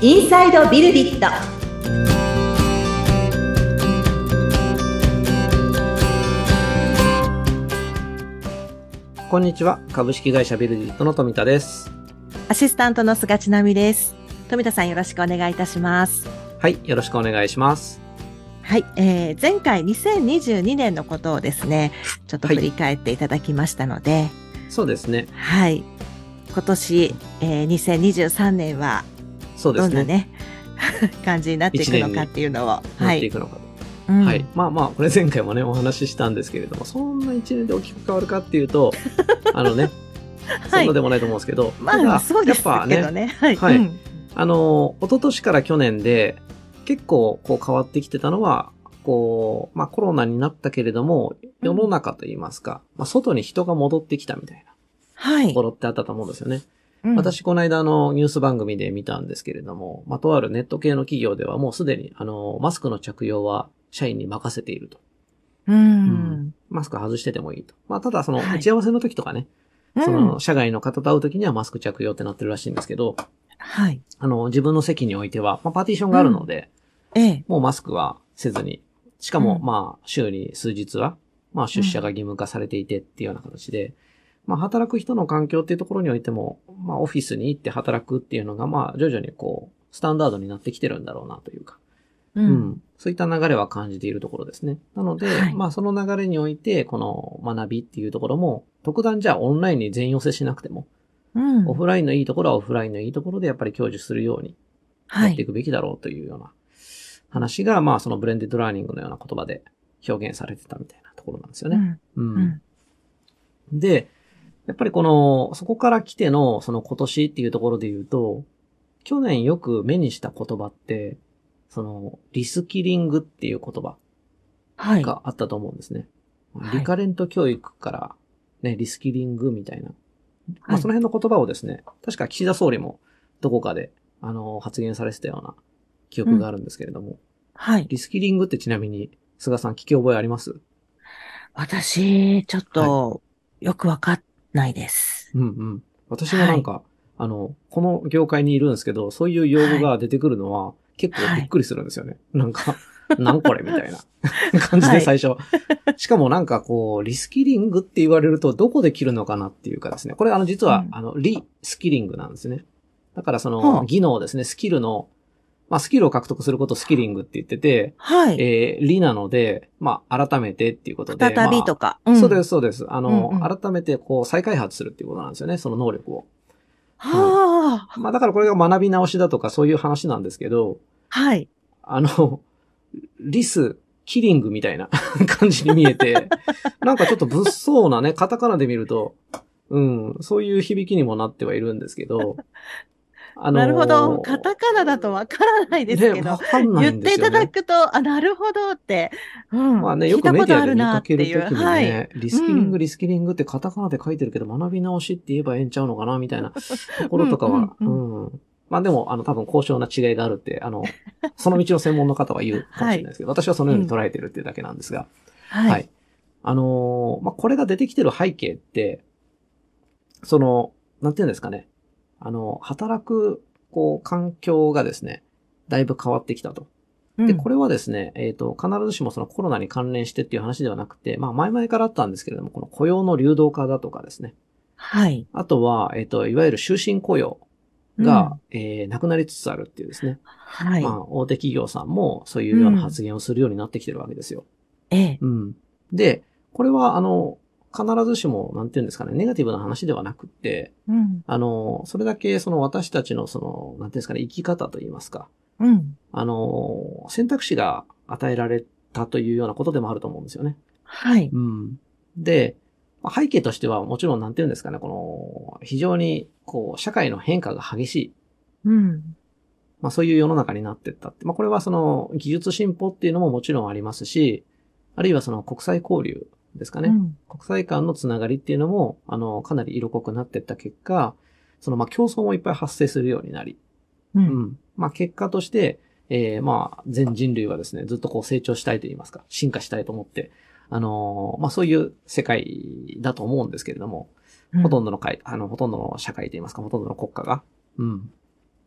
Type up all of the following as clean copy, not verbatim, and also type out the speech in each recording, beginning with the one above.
インサイドビルディット。 こんにちは。株式会社ビルディットの富田です。 アシスタントの菅千奈美です。富田さん、よろしくお願いいたします。 はい、よろしくお願いします。 はい、前回2022年のことをですね、ちょっと振り返っていただきましたので、はい、 そうですね。 はい。今年、2023年はどんなね、感じになっていくのかっていうのを、 なっていくのか。はい。まあ、これ前回もね、お話ししたんですけれども、そんな1年で大きく変わるかっていうと、そんなでもないと思うんですけど、 まあ、そうですけどね。はい。 はい。一昨年から去年で、結構こう変わってきてたのは、こう、コロナになったけれども、世の中といいますか、外に人が戻ってきたみたいなところってあったと思うんですよね。私、この間ニュース番組で見たんですけれども、とあるネット系の企業ではもうすでに、マスクの着用は社員に任せていると。マスク外しててもいいと。ただ、打ち合わせの時とかね、社外の方と会う時にはマスク着用ってなってるらしいんですけど、 はい。 自分の席においては、パーティションがあるので、もうマスクはせずに、しかも、週に数日は、出社が義務化されていてっていうような形で、働く人の環境っていうところにおいても、オフィスに行って働くっていうのが、徐々にスタンダードになってきてるんだろうなというか、そういった流れは感じているところですね。なので、その流れにおいて、この学びっていうところも、特段じゃあオンラインに全寄せしなくても、オフラインのいいところはオフラインのいいところでやっぱり享受するように、やっていくべきだろうというような話が、そのブレンデッドラーニングのような言葉で表現されてたみたいなところなんですよね。で、やっぱりそこから来ての、今年っていうところで言うと、去年よく目にした言葉って、リスキリングっていう言葉があったと思うんですね。リカレント教育からね、リスキリングみたいな。その辺の言葉をですね、確か岸田総理もどこかで、発言されてたような記憶があるんですけれども。リスキリングってちなみに、菅さん聞き覚えあります？ 私、ちょっと、よくわかんないです。 私もなんか、この業界にいるんですけど、そういう用語が出てくるのは、結構びっくりするんですよね。なんか、なんこれみたいな感じで最初。しかもなんかリスキリングって言われるとどこで切るのかなっていうかですね。これ実は、リスキリングなんですね。だから技能ですね、スキルの、スキルを獲得することをスキリングって言ってて、リなので、改めてっていうことで。 再びとか。 そうです、そうです。改めて再開発するっていうことなんですよね、その能力を。だからこれが学び直しだとかそういう話なんですけど、リス、キリングみたいな感じに見えて、なんかちょっと物騒なね、カタカナで見ると、そういう響きにもなってはいるんですけど、 なるほど。カタカナだとわからないですけど、言っていただくと、なるほどって、 よくメディアで見かけるときにね、リスキリング、リスキリングってカタカナで書いてるけど、学び直しって言えばええんちゃうのかなみたいなところとかは、でも、多分、高尚な違いがあるって、その道の専門の方は言うかもしれないですけど、私はそのように捉えてるっていうだけなんですが、これが出てきてる背景って、なんていうんですかね、働く、環境がですね、だいぶ変わってきたと。で、これはですね、必ずしもコロナに関連してっていう話ではなくて、前々からあったんですけれども、この雇用の流動化だとかですね。あとは、いわゆる終身雇用が、なくなりつつあるっていうですね。大手企業さんもそういうような発言をするようになってきてるわけですよ。で、これは、必ずしも、なんていうんですかね、ネガティブな話ではなくって、それだけ私たちのなんていうんですかね、生き方といいますか、選択肢が与えられたというようなことでもあると思うんですよね。で、背景としてはもちろんなんていうんですかね、非常に社会の変化が激しい。そういう世の中になっていったって。これは技術進歩っていうのももちろんありますし、あるいは国際交流ですかね。国際間のつながりっていうのも、かなり色濃くなっていった結果、競争もいっぱい発生するようになり、結果として、全人類はですね、ずっと成長したいと言いますか、進化したいと思って、そういう世界だと思うんですけれども、ほとんどの社会と言いますか、ほとんどの国家が。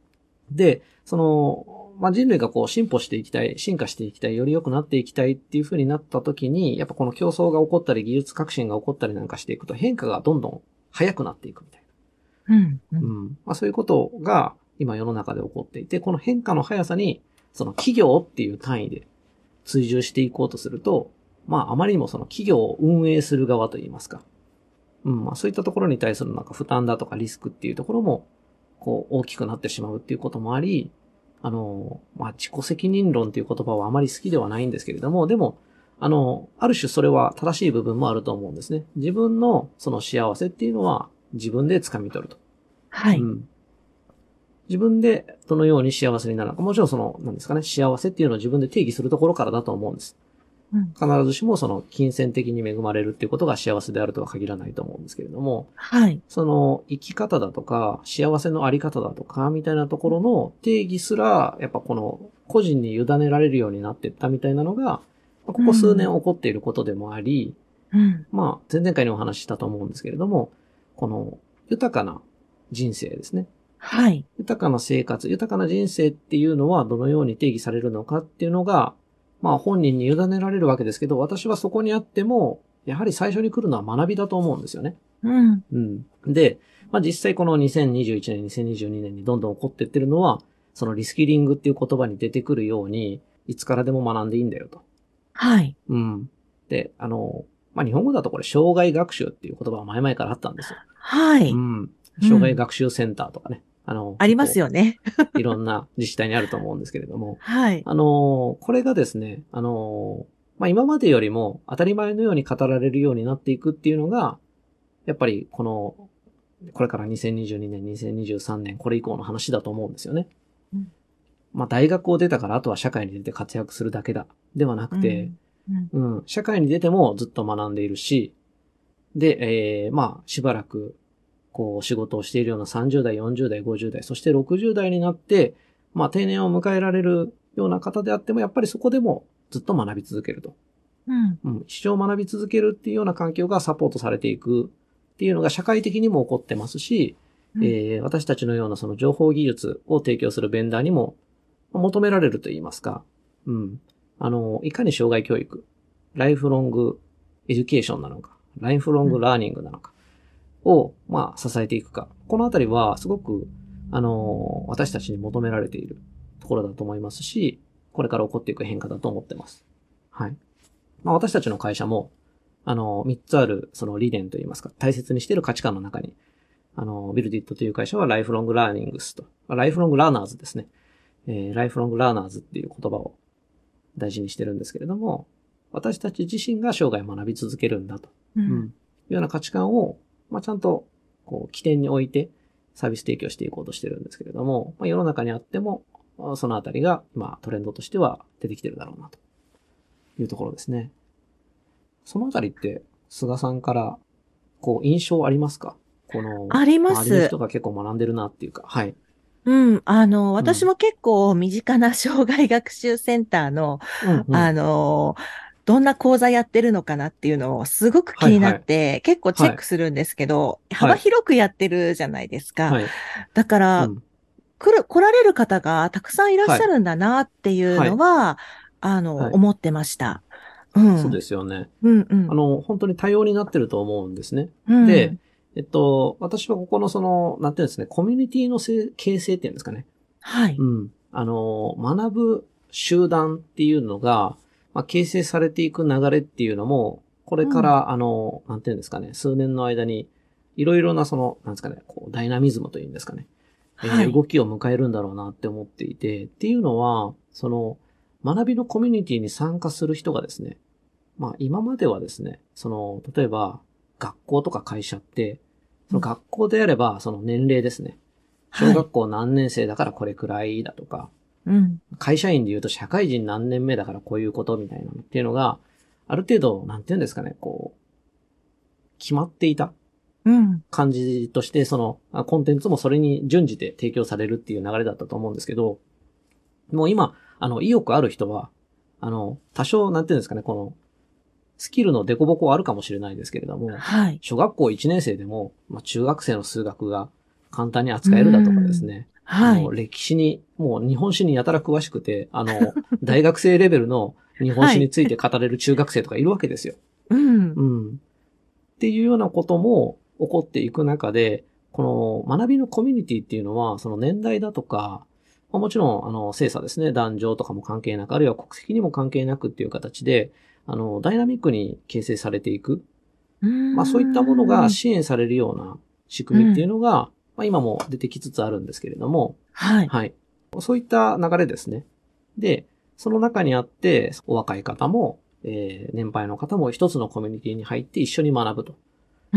で、人類がこう進歩していきたい、進化していきたい、より良くなっていきたいっていう風になった時に、やっぱこの競争が起こったり、技術革新が起こったりなんかしていくと変化がどんどん早くなっていくみたいな。そういうことが今世の中で起こっていて、この変化の速さに、その企業っていう単位で追従していこうとすると、あまりにもその企業を運営する側といいますか。そういったところに対するなんか負担だとかリスクっていうところも、こう大きくなってしまうっていうこともあり、自己責任論っていう言葉はあまり好きではないんですけれども、でも、ある種それは正しい部分もあると思うんですね。自分のその幸せっていうのは自分で掴み取ると。 はい。 自分でどのように幸せになるのか。もちろんなんですかね、幸せっていうのを自分で定義するところからだと思うんです。必ずしもその金銭的に恵まれるっていうことが幸せであるとは限らないと思うんですけれども、 はい。 その生き方だとか、幸せのあり方だとか、みたいなところの定義すら、やっぱこの個人に委ねられるようになっていったみたいなのが、ここ数年起こっていることでもあり、前々回にお話ししたと思うんですけれども、この豊かな人生ですね。 はい。 豊かな生活、豊かな人生っていうのはどのように定義されるのかっていうのが、本人に委ねられるわけですけど、私はそこにあっても、やはり最初に来るのは学びだと思うんですよね。で、実際この2021年、2022年にどんどん起こっていってるのは、そのリスキリングっていう言葉に出てくるように、いつからでも学んでいいんだよと。 はい。 で、日本語だとこれ、障害学習っていう言葉は前々からあったんですよ。 はい。 障害学習センターとかね。 ありますよね。 いろんな自治体にあると思うんですけれども。 はい。 これがですね、今までよりも当たり前のように語られるようになっていくっていうのが、やっぱりこれから2022年、2023年、これ以降の話だと思うんですよね。大学を出たからあとは社会に出て活躍するだけだ。ではなくて、社会に出てもずっと学んでいるし、で、しばらく、こう、仕事をしているような30代、40代、50代、そして60代になって、定年を迎えられるような方であっても、やっぱりそこでもずっと学び続けると。一生学び続けるっていうような環境がサポートされていくっていうのが社会的にも起こってますし、私たちのようなその情報技術を提供するベンダーにも求められると言いますか、いかに障害教育、ライフロングエデュケーションなのか、ライフロングラーニングなのかを、支えていくか。このあたりはすごく、私たちに求められているところだと思いますし、これから起こっていく変化だと思ってます。はい。私たちの会社も、3つあるその理念といいますか、大切にしている価値観の中に、ビルディットという会社はライフロングラーニングスと、ライフロングラーナーズですね。ライフロングラーナーズっていう言葉を大事にしてるんですけれども、私たち自身が生涯学び続けるんだと。いうような価値観を、ちゃんと、こう、起点に置いてサービス提供していこうとしてるんですけれども、世の中にあっても、そのあたりが今トレンドとしては出てきてるだろうなというところですね。そのあたりって、菅さんから、こう、印象ありますか？ あります。 周りの人が結構学んでるなっていうか、はい。 私も結構身近な障害学習センターの、どんな講座やってるのかなっていうのをすごく気になって、結構チェックするんですけど、幅広くやってるじゃないですか。だから、来られる方がたくさんいらっしゃるんだなっていうのは、思ってました。 そうですよね。本当に多様になってると思うんですね。で、私はここのなんていうんですね、コミュニティの形成っていうんですかね。 はい。 学ぶ集団っていうのが、形成されていく流れっていうのも、これから、なんていうんですかね、数年の間に、いろいろななんですかね、こう、ダイナミズムというんですかね。動きを迎えるんだろうなって思っていて、っていうのは、学びのコミュニティに参加する人がですね、今まではですね、例えば、学校とか会社って、その学校であれば、その年齢ですね。小学校何年生だからこれくらいだとか、会社員で言うと社会人何年目だからこういうことみたいなのっていうのが、ある程度、なんていうんですかね、こう、決まっていた感じとして、コンテンツもそれに準じて提供されるっていう流れだったと思うんですけど、もう今、意欲ある人は、多少、なんていうんですかね、スキルのデコボコはあるかもしれないですけれども、小学校1年生でも、中学生の数学が簡単に扱えるだとかですね、 はい。 歴史に、もう日本史にやたら詳しくて、大学生レベルの日本はい。 史について語れる中学生とかいるわけですよ。 うん。 うん。っていうようなことも起こっていく中で、この学びのコミュニティっていうのは、その年代だとか、まあ、もちろん、性差ですね、男女とかも関係なく、あるいは国籍にも関係なくっていう形で、ダイナミックに形成されていく。 うーまあそういったものがん。 支援されるような仕組みっていううん。 のが、まあ今も出てきつつあるんですけれども、 はい。 はい。そういった流れですね。で、その中にあって、お若い方も、年配の方も一つのコミュニティに入って一緒に学ぶとうん。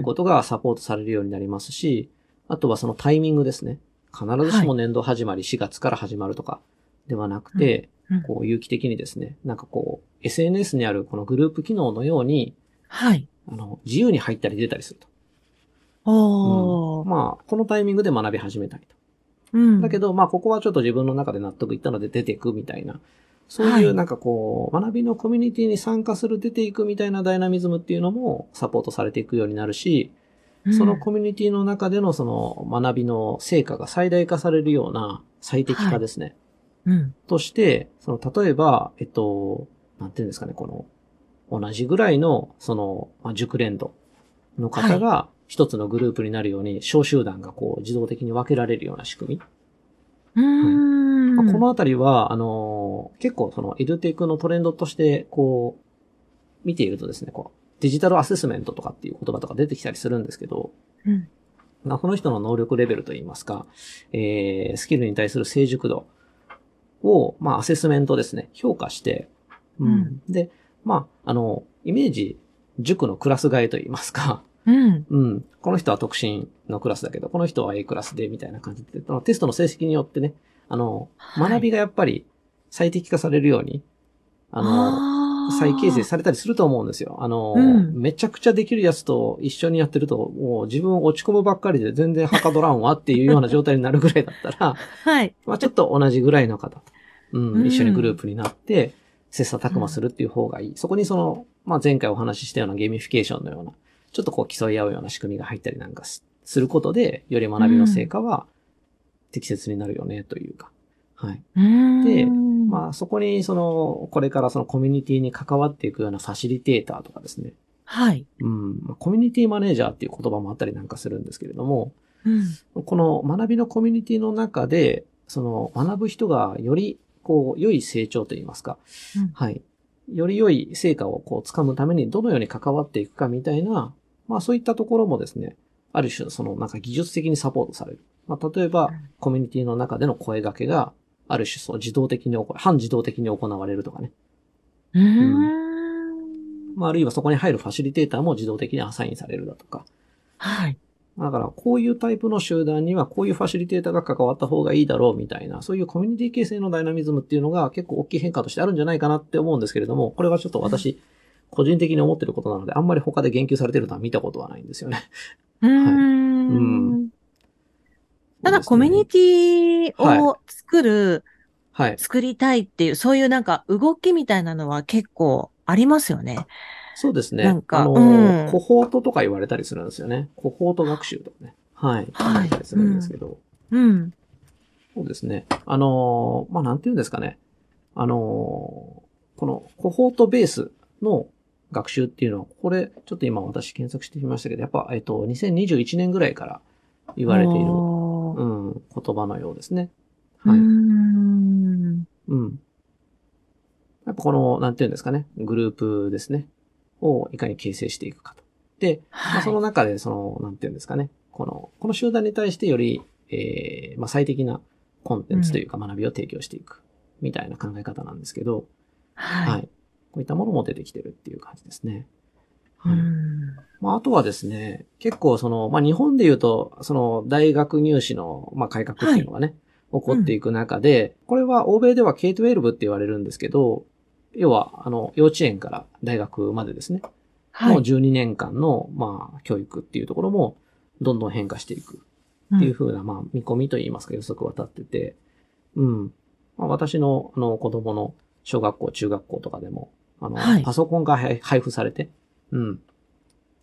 いうことがサポートされるようになりますし、あとはそのタイミングですね。必ずしはい。 も年度始まり4月から始まるとかではなくうん。 て、 うん。 有機的にですね、なんかSNS にあるこのグループ機能のように、 はい。 自由に入ったり出たりすると。うん。 おー。 まあ、このタイミングで学び始めたりと。 うん。 だけど、まあ、ここはちょっと自分の中で納得いったので出ていくみたいな、そうはい。 いうなんか学びのコミュニティに参加する出ていくみたいなダイナミズムっていうのもサポートされていくようになるし、そのうん。 コミュニティの中でのその学びの成果が最大化されるような最適はい。 化ですね。 うん。 として、例えば、なんていうんですかね、同じぐらいの、熟練度のはい。 方が一つのグループになるように、小集団が自動的に分けられるような仕組み。 うーはい。まあ、こん。 のあたりは、結構エドテックのトレンドとして、見ているとですね、デジタルアセスメントとかっていう言葉とか出てきたりするんですけど、 うん。 まあ、この人の能力レベルといいますか、スキルに対する成熟度を、まあ、アセスメントですね、評価して、ううん。 ん。で、まあ、イメージ、塾のクラス替えといいますか、 うん。 うん。この人は特進のクラスだけど、この人は A クラスで、みたいな感じで、テストの成績によってね、 はい。 学びがやっぱり最適化されるように、あの、再形成ああ。 されたりすると思うんですよ。 うん。 めちゃくちゃできるやつと一緒にやってると、もう自分落ち込むばっかりで全然はかどらんわっていうような状態になるぐらいだったら、 はい。 まあちょっと同じぐらいの方と、 う一緒にグルーん。 プになって、切磋琢磨すうん。 るっていう方がいい。そこにまあ前回お話ししたようなゲーミフィケーションのような、ちょっと競い合うような仕組みが入ったりなんかすることで、よりう学びの成ん。 果は適切になるよね、というか。はい。 うーで、 ん。 まあそこにこれからそのコミュニティに関わっていくようなファシリテーターとかですね。 はい。 うん。まあコミュニティマネージャーっていう言葉もあったりなんかするんですけれども、 うん。 この学びのコミュニティの中で、学ぶ人がより、良い成長といいますか、 うん。 はい。より良い成果を掴むためにどのように関わっていくかみたいな、まあそういったところもですね、ある種なんか技術的にサポートされる。まあ例えば、コミュニティの中での声掛けが、ある種自動的に半自動的に行われるとかね。 うーうん。 ん。 まああるいはそこに入るファシリテーターも自動的にアサインされるだとか。 はい。 だから、こういうタイプの集団にはこういうファシリテーターが関わった方がいいだろうみたいな、そういうコミュニティ形成のダイナミズムっていうのが結構大きい変化としてあるんじゃないかなって思うんですけれども、これはちょっとうん。 私、個人的に思ってることなので、あんまり他で言及されてるのは見たことはないんですよね。 うーはい。うん。 ん。 そうただ、コミュニですね。 ティはい。 をはい。 作りたいっていう、そういうなんか動きみたいなのは結構ありますよね。 そうですね。 なんか、 コホートとか言われたりするんですよね。コホート学習とかね。はい。言わはい。 れたりするんですけど。 うん。 そうですね。まあ、なんて言うんですかね。このコホートベースの学習っていうのは、これ、ちょっと今私検索してみましたけど、やっぱ、2021年ぐらいから言われている、 おー。 言葉のようですね。 うーはい。 ん。 うん。やっぱなんて言うんですかね。グループですね。をいかに形成していくかと。で、まあ、そのはい。 中で、なんて言うんですかね。この集団に対してより、まあ、最適なコンテうん。 ンツというか学びを提供していく。みたいな考え方なんですけど、 はい。 はい。こういったものも出てきてるっていう感じですね。 うーはい。 ん。 まあ、あとはですね、結構まあ、日本で言うと、大学入試の、まあ、改革っはい。 ていうのがね、起こうん。 っていく中で、これは欧米では K-12 って言われるんですけど、要は、幼稚園から大学までですね、のはい。 12年間の、まあ、教育っていうところも、どんどん変化していくっていううん。 風な、まあ、見込みといいますか予測は立ってて、うん。まあ、私の、子供の小学校、中学校とかでも、 はい。 パソコンが配布されて、うん。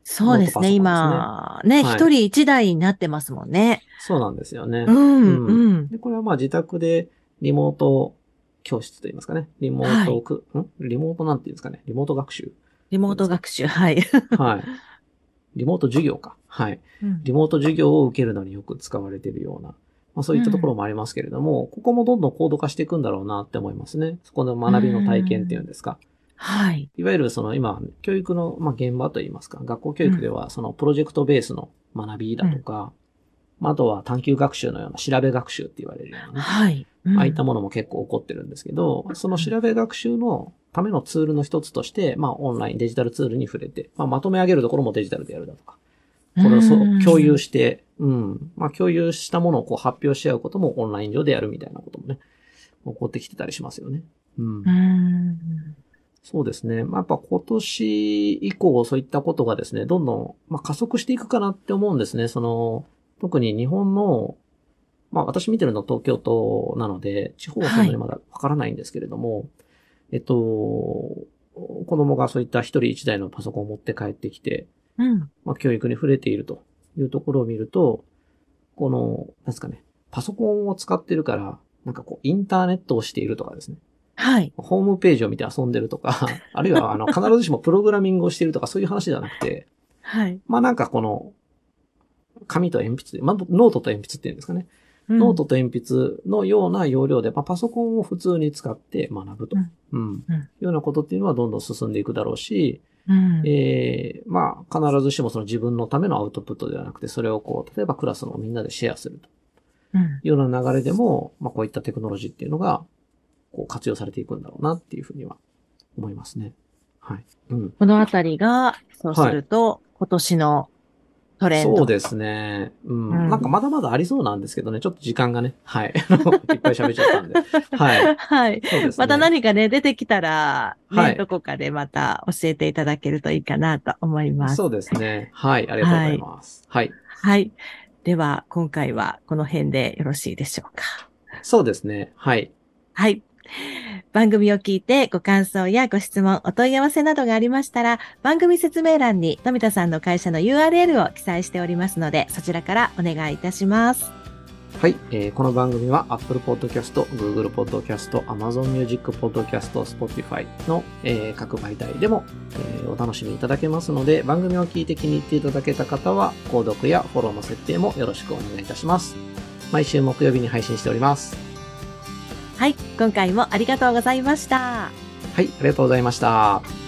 そうですね。 ノートパソコンですね。 今、ね、 はい。 一人一台になってますもんね。 そうなんですよね。 うん、 うん。 うん。 で、これはまあ自宅でリモート教室といいますかね。 はい。 リモートなんていうんですかね。リモート学習っリモーていうんですか。 ト学習、はい。 はい。リモート授業か。はい。 うん、 リモート授業を受けるのによく使われているような、まあそういったところうん、 もありますけれども、ここもどんどん高度化していくんだろうなって思いますね。そこのう学びの体験っていうんん。 ですか。 はい。 いわゆるその今、教育の、まあ、現場といいますか、学校教うん、 育ではそのプロジェクトベースの学びだうん。 とか、まあ、あとは探究学習のような調べ学習って言われるようなね、 はい。うああいったん。 ものも結構起こってるんですけど、そのうん。 調べ学習のためのツールの一つとして、まあ、オンラインデジタルツールに触れて、まあ、まとめ上げるところもデジタルでやるだとか、 うこれを共有ん。 して、まあ、共有したものをこう発表し合うこともオンライン上でやるみたいなこともね、起こってきてたりしますよね。うん。 うん。 そうですね。まあ、やっぱ今年以降そういったことがですね、どんどん、まあ、加速していくかなって思うんですね。特に日本の、まあ私見てるの東京都なので、地方はそはい。 んなにまだわからないんですけれども、子供がそういった一人一台のパソコンを持って帰ってきて、 うん。 まあ教育に触れているというところを見ると、なんですかね、パソコンを使ってるから、なんかこう、インターネットをしているとかですね。 はい。 ホームページを見て遊んでるとか、あるいは必ずしもプログラミングをしているとかそういう話ではなくて、 はい。 まあなんか紙と鉛筆で、まあノートと鉛筆っていうんですかね。 うん。 ノートと鉛筆のような要領で、まあ、パソコンを普通に使って学ぶと。 うん。 うん。 うん。 いうようなことっていうのはどんどん進んでいくだろうし、 うん。 まあ、必ずしもその自分のためのアウトプットではなくて、それをこう、例えばクラスのみんなでシェアするとうん。 いうような流れでも、まあ、こういったテクノロジーっていうのが、こう、活用されていくんだろうなっていうふうには思いますね。はい。うん。 このあたりが、そうすはい。 ると、今年のトレンド。 そうですね。うん。なんかうん。 まだまだありそうなんですけどね。ちょっと時間がね。はい。いっぱい喋っちゃったんで。はい。 はい。 そうですまたね。 何かね、出てきたら、ね、 はい。 どこかでまた教えていただけるといいかなと思います。 そうですね。はい。ありがとうございはい。 ます。はい。 はい。では、今回はこの辺でよろしいでしょうか。 そうですね。はい。 はい。番組を聞いてご感想やご質問、お問い合わせなどがありましたら、番組説明欄に富田さんの会社の URL を記載しておりますので、そちらからお願いいたします。 はい。この番組は Apple Podcast、Google Podcast、Amazon Music Podcast、Spotify の、各媒体でも、お楽しみいただけますので、番組を聞いて気に入っていただけた方は、購読やフォローの設定もよろしくお願いいたします。毎週木曜日に配信しております。 はい。今回もありがとうございました。 はい。ありがとうございました。